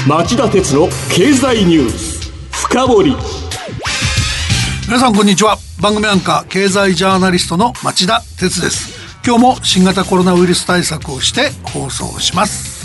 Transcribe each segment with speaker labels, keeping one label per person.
Speaker 1: 町田鉄の経済ニュース深掘り。
Speaker 2: 皆さんこんにちは。番組アンカー経済ジャーナリストの町田鉄です。今日も新型コロナウイルス対策をして放送します。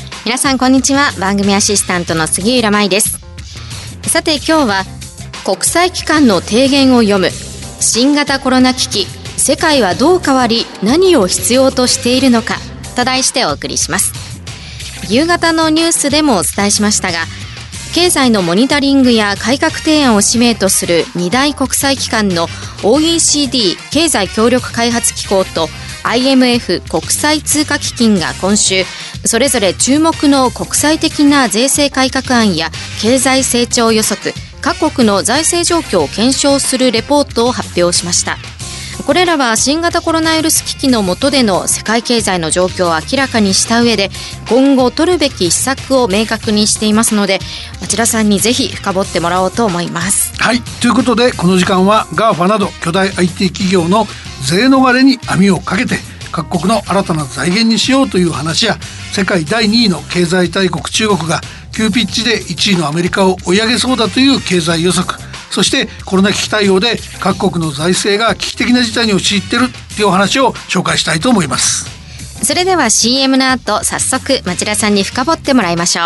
Speaker 3: 皆さんこんにちは。番組アシスタントの杉浦舞です。さて今日は国際機関の提言を読む新型コロナ危機、世界はどう変わり何を必要としているのかと題してお送りします。夕方のニュースでもお伝えしましたが、経済のモニタリングや改革提案を使命とする2大国際機関の OECD 経済協力開発機構と IMF 国際通貨基金が今週それぞれ注目の国際的な税制改革案や経済成長予測、各国の財政状況を検証するレポートを発表しました。これらは新型コロナウイルス危機の下での世界経済の状況を明らかにした上で、今後取るべき施策を明確にしていますので、町田さんにぜひ深掘ってもらおうと思います。
Speaker 2: はい、ということでこの時間は GAFA など巨大 IT 企業の税逃れに網をかけて各国の新たな財源にしようという話や、世界第2位の経済大国中国が急ピッチで1位のアメリカを追い上げそうだという経済予測、そしてコロナ危機対応で各国の財政が危機的な事態に陥っているというお話を紹介したいと思います。
Speaker 3: それでは CM の後、早速町田さんに深掘ってもらいましょ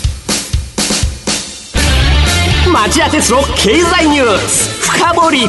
Speaker 1: う。町田鉄の経済ニュース深掘り。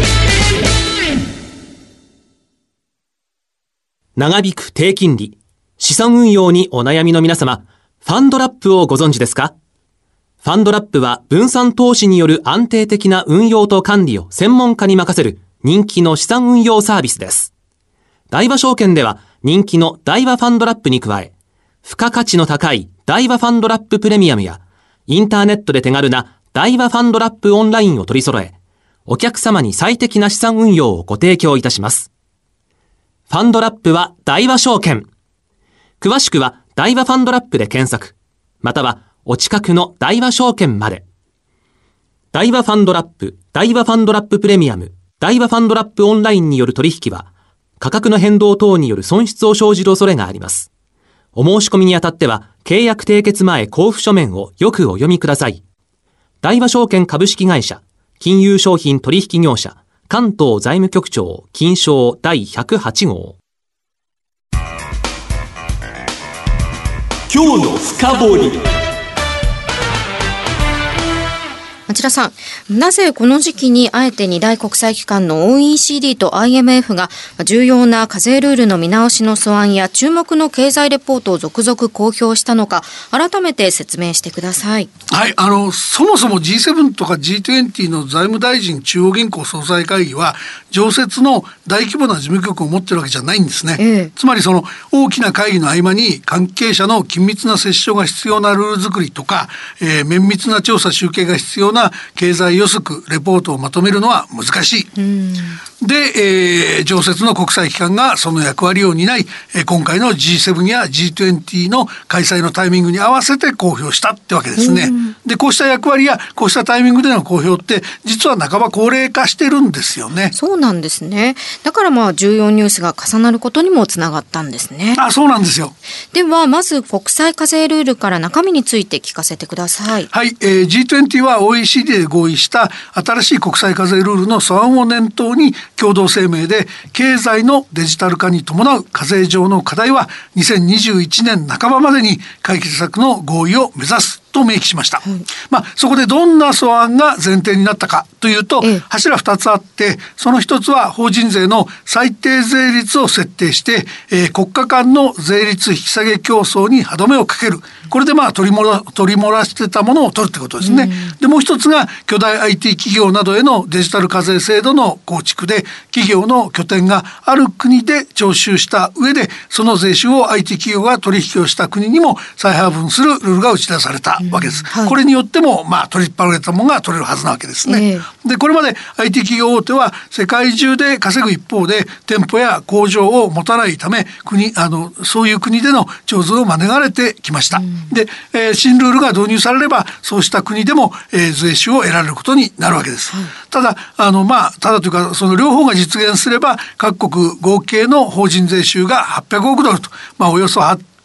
Speaker 4: 長引く低金利、資産運用にお悩みの皆様、ファンドラップをご存知ですか？ファンドラップは分散投資による安定的な運用と管理を専門家に任せる人気の資産運用サービスです。大和証券では人気の大和ファンドラップに加え、付加価値の高い大和ファンドラッププレミアムやインターネットで手軽な大和ファンドラップオンラインを取り揃え、お客様に最適な資産運用をご提供いたします。ファンドラップは大和証券。詳しくは大和ファンドラップで検索、またはお近くの大和証券まで。大和ファンドラップ、大和ファンドラッププレミアム、大和ファンドラップオンラインによる取引は、価格の変動等による損失を生じる恐れがあります。お申し込みにあたっては、契約締結前交付書面をよくお読みください。大和証券株式会社、金融商品取引業者、関東財務局長金商第108号。
Speaker 1: 今日の深掘り。
Speaker 3: 町田さん、なぜこの時期にあえて2大国際機関の OECD と IMF が重要な課税ルールの見直しの素案や注目の経済レポートを続々公表したのか、改めて説明してください。
Speaker 2: はい、そもそも G7 とか G20 の財務大臣中央銀行総裁会議は常設の大規模な事務局を持ってるわけじゃないんですね。つまりその大きな会議の合間に関係者の緊密な折衝が必要なルール作りとか、綿密な調査集計が必要な経済予測レポートをまとめるのは難しい。で、常設の国際機関がその役割を担い、今回の G7 や G20 の開催のタイミングに合わせて公表したってわけですね。で、こうした役割やこうしたタイミングでの公表って実は半ば高齢化してるんですよね。
Speaker 3: そうなんですね。だから重要ニュースが重なることにもつながったんですね。
Speaker 2: そうなんですよ。
Speaker 3: ではまず国際課税ルールから中身について聞かせてください。
Speaker 2: はい、G20 は OECD で合意した新しい国際課税ルールの素案を念頭に共同声明で、経済のデジタル化に伴う課税上の課題は2021年半ばまでに解決策の合意を目指すと明記しました。そこでどんな素案が前提になったかというと、柱2つあって、その1つは法人税の最低税率を設定して、国家間の税率引き下げ競争に歯止めをかける。これで取り漏らしてたものを取るってことですね。でもう一つが巨大 IT 企業などへのデジタル課税制度の構築で、企業の拠点がある国で徴収した上で、その税収を IT 企業が取引をした国にも再配分するルールが打ち出されたわけです。これによっても取りっぱられたものが取れるはずなわけですね。で、これまで IT 企業大手は世界中で稼ぐ一方で店舗や工場を持たないため、そういう国での徴税を免れてきました。で、新ルールが導入されればそうした国でも、税収を得られることになるわけです。ただただというか、その両方が実現すれば各国合計の法人税収が800億ドルと、およそ8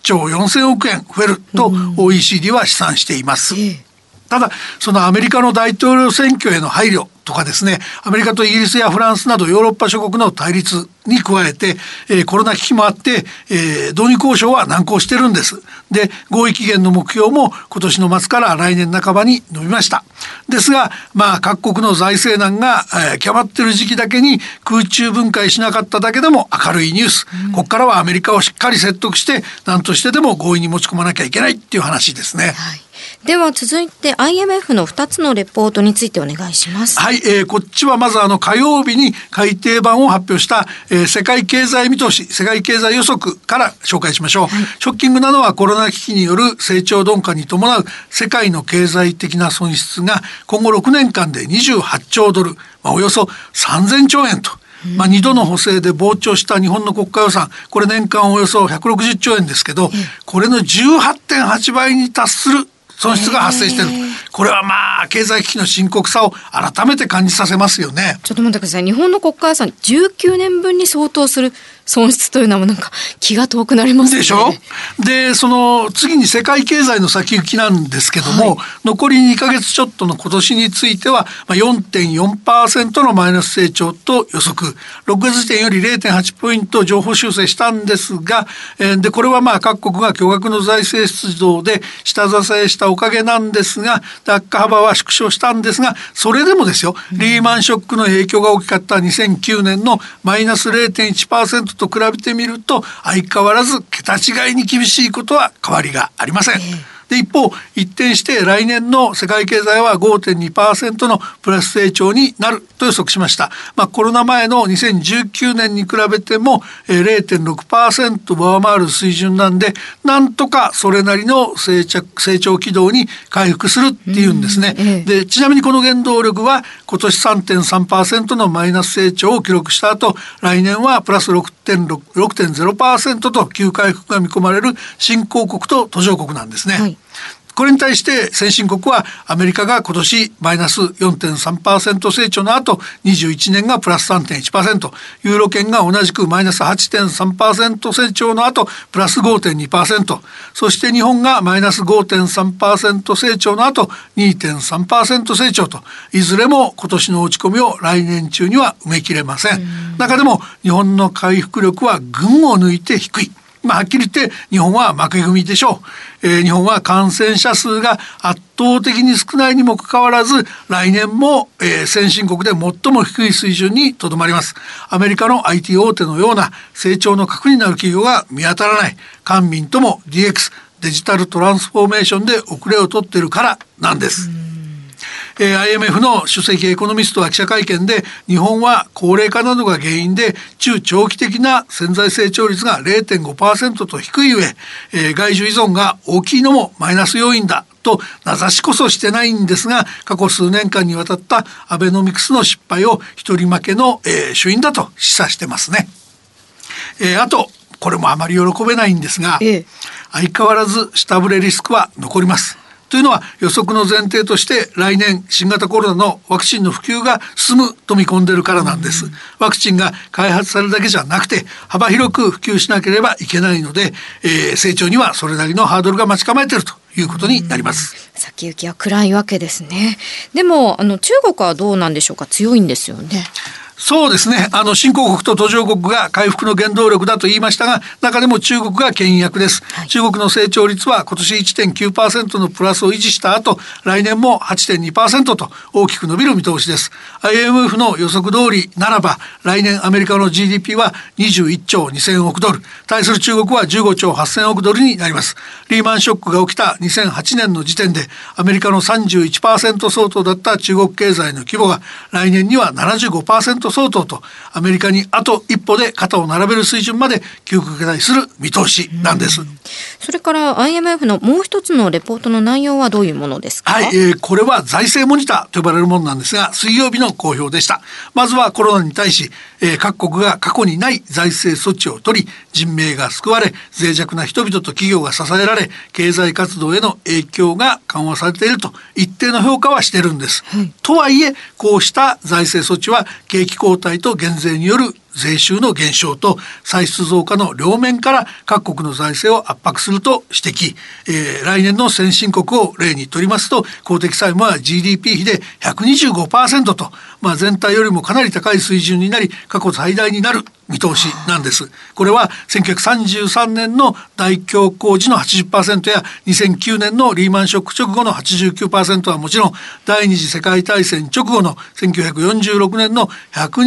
Speaker 2: 兆4000億円増えると OECD は試算しています。ただそのアメリカの大統領選挙への配慮とかですね、アメリカとイギリスやフランスなどヨーロッパ諸国の対立に加えて、コロナ危機もあって、導入交渉は難航してるんです。で、合意期限の目標も今年の末から来年半ばに伸びました。ですが、各国の財政難が、極まってる時期だけに空中分解しなかっただけでも明るいニュース。ここからはアメリカをしっかり説得して何としてでも合意に持ち込まなきゃいけないっていう話ですね。
Speaker 3: では続いて IMF の2つのレポートについてお願いします。
Speaker 2: こっちはまず火曜日に改訂版を発表した、世界経済見通し、世界経済予測から紹介しましょう。ショッキングなのはコロナ危機による成長鈍化に伴う世界の経済的な損失が今後6年間で28兆ドル、およそ3000兆円と。2度の補正で膨張した日本の国家予算、これ年間およそ160兆円ですけど、これの 18.8 倍に達する損失が発生している。これは経済危機の深刻さを改めて感じさせますよね。
Speaker 3: ちょっと待ってください。日本の国家予算19年分に相当する損失というのはなんか気が遠くなりますね。
Speaker 2: でしょ。で、その次に世界経済の先行きなんですけども、残り2ヶ月ちょっとの今年については 4.4% のマイナス成長と予測。6月時点より 0.8 ポイント上方修正したんですが、でこれは各国が巨額の財政出動で下支えしたおかげなんですが、悪化幅は縮小したんですが、それでもですよ、リーマンショックの影響が大きかった2009年のマイナス 0.1% と比べてみると相変わらず桁違いに厳しいことは変わりがありません。で一方一転して来年の世界経済は 5.2% のプラス成長になると予測しました。コロナ前の2019年に比べても 0.6% 上回る水準なんで、なんとかそれなりの成長軌道に回復するっていうんですね。でちなみにこの原動力は今年 3.3% のマイナス成長を記録した後、来年はプラス 6.0% と急回復が見込まれる新興国と途上国なんですね。これに対して先進国はアメリカが今年マイナス 4.3% 成長の後21年がプラス 3.1%、 ユーロ圏が同じくマイナス 8.3% 成長の後プラス 5.2%、 そして日本がマイナス 5.3% 成長の後 2.3% 成長と、いずれも今年の落ち込みを来年中には埋めきれません。中でも日本の回復力は群を抜いて低い。はっきり言って日本は負け組でしょう。日本は感染者数が圧倒的に少ないにもかかわらず来年も、先進国で最も低い水準にとどまります。アメリカの IT 大手のような成長の核になる企業が見当たらない。官民とも DX デジタルトランスフォーメーションで遅れを取っているからなんです。IMF の首席エコノミストは記者会見で、日本は高齢化などが原因で中長期的な潜在成長率が 0.5% と低い上、外需依存が大きいのもマイナス要因だと名指しこそしてないんですが、過去数年間にわたったアベノミクスの失敗を一人負けの、主因だと示唆してますね。あとこれもあまり喜べないんですが、相変わらず下振れリスクは残ります。というのは予測の前提として来年新型コロナのワクチンの普及が進むと見込んでいるからなんです。ワクチンが開発されるだけじゃなくて幅広く普及しなければいけないので、成長にはそれなりのハードルが待ち構えているということになります。
Speaker 3: 先行きは暗いわけですね。でも中国はどうなんでしょうか。強いんですよね。
Speaker 2: そうですね。新興国と途上国が回復の原動力だと言いましたが、中でも中国が牽引役です。中国の成長率は今年 1.9% のプラスを維持した後、来年も 8.2% と大きく伸びる見通しです。IMF の予測通りならば、来年アメリカの GDP は21兆2000億ドル、対する中国は15兆8000億ドルになります。リーマンショックが起きた2008年の時点で、アメリカの 31% 相当だった中国経済の規模が来年には 75%相当と、アメリカにあと一歩で肩を並べる水準まで急拡大する見通しなんです。
Speaker 3: それから IMF のもう一つのレポートの内容はどういうものですか。
Speaker 2: これは財政モニターと呼ばれるものなんですが、水曜日の公表でした。まずはコロナに対し、各国が過去にない財政措置を取り、人命が救われ、脆弱な人々と企業が支えられ、経済活動への影響が緩和されていると一定の評価はしているんです。とはいえこうした財政措置は景気後退と減税による税収の減少と歳出増加の両面から各国の財政を圧迫すると指摘、来年の先進国を例にとりますと公的債務は GDP 比で 125% と、全体よりもかなり高い水準になり過去最大になる見通しなんです。これは1933年の大恐慌時の 80% や2009年のリーマンショック直後の 89% はもちろん第二次世界大戦直後の1946年の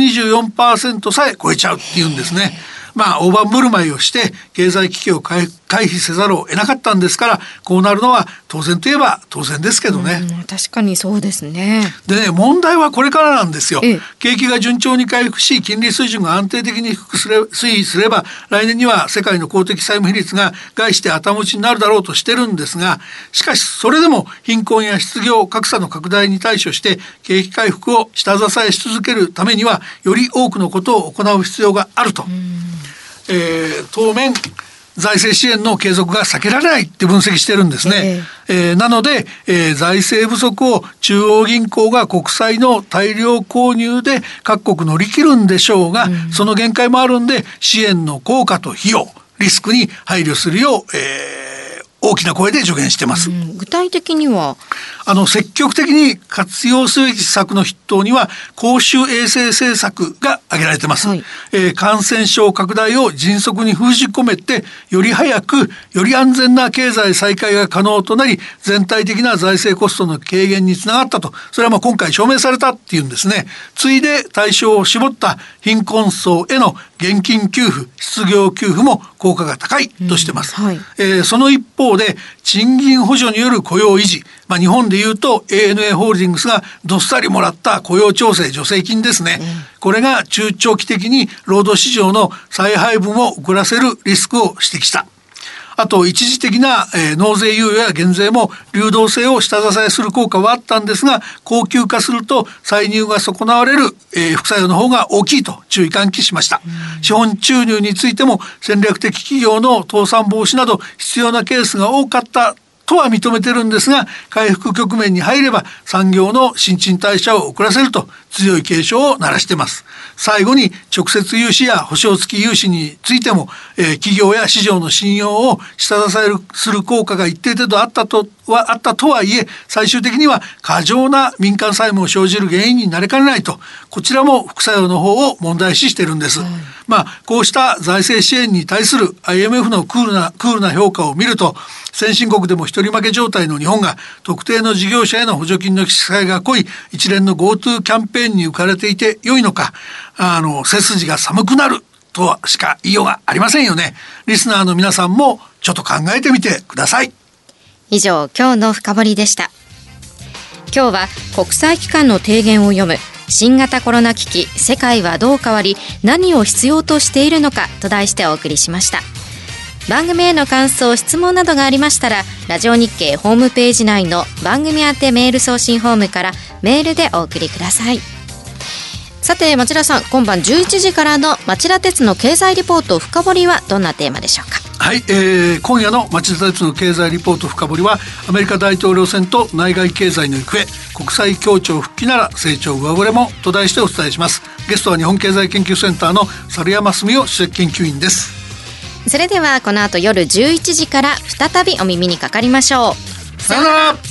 Speaker 2: 124% さえ超えちゃうっていうんですね。大盤振る舞いをして経済危機を回避せざるを得なかったんですから、こうなるのは当然といえば当然ですけどね。
Speaker 3: 確かにそうですね。
Speaker 2: でね、問題はこれからなんですよ。景気が順調に回復し金利水準が安定的に推移すれば来年には世界の公的債務比率が概して頭打ちになるだろうとしてるんですが、しかしそれでも貧困や失業格差の拡大に対処して景気回復を下支えし続けるためにはより多くのことを行う必要があると、当面財政支援の継続が避けられないって分析してるんですね。なので、財政不足を中央銀行が国債の大量購入で各国乗り切るんでしょうが、その限界もあるんで支援の効果と費用リスクに配慮するよう、大きな声で助言してます。
Speaker 3: 具体的には
Speaker 2: 積極的に活用すべき施策の筆頭には公衆衛生政策が挙げられてます。感染症拡大を迅速に封じ込めてより早くより安全な経済再開が可能となり全体的な財政コストの軽減につながったと、それは今回証明されたっていうんですね。ついで対象を絞った貧困層への現金給付失業給付も効果が高いとしてます。その一方で賃金補助による雇用維持、日本でいうと ANA ホールディングスがどっさりもらった雇用調整助成金ですね。これが中長期的に労働市場の再配分を遅らせるリスクを指摘した。あと一時的な納税猶予や減税も流動性を下支えする効果はあったんですが、恒久化すると歳入が損なわれる副作用の方が大きいと注意喚起しました。資本注入についても戦略的企業の倒産防止など必要なケースが多かったとは認めてるんですが、回復局面に入れば産業の新陳代謝を遅らせると強い警鐘を鳴らしています。最後に直接融資や保証付き融資についても、企業や市場の信用を下支えする効果が一定程度あったとはいえ最終的には過剰な民間債務を生じる原因になりかねないと、こちらも副作用の方を問題視してるんです。こうした財政支援に対する IMF のクールな評価を見ると、先進国でも一人負け状態の日本が特定の事業者への補助金の記載が濃い一連の GoTo キャンペーンに浮かれていて良いのか、背筋が寒くなるとしか言いようがありませんよね。リスナーの皆さんもちょっと考えてみてください。
Speaker 3: 以上、今日の深掘りでした。今日は国際機関の提言を読む新型コロナ危機、世界はどう変わり何を必要としているのかと題してお送りしました。番組への感想、質問などがありましたらラジオ日経ホームページ内の番組宛てメール送信フォームからメールでお送りください。さて町田さん、今晩11時からの町田鉄の経済リポート深掘りはどんなテーマでしょうか。
Speaker 2: 今夜の町田鉄の経済リポート深掘りはアメリカ大統領選と内外経済の行方、国際協調復帰なら成長上振れもと題してお伝えします。ゲストは日本経済研究センターの猿山澄夫主席研究員です。
Speaker 3: それではこの後夜11時から再びお耳にかかりましょう。
Speaker 2: さよなら。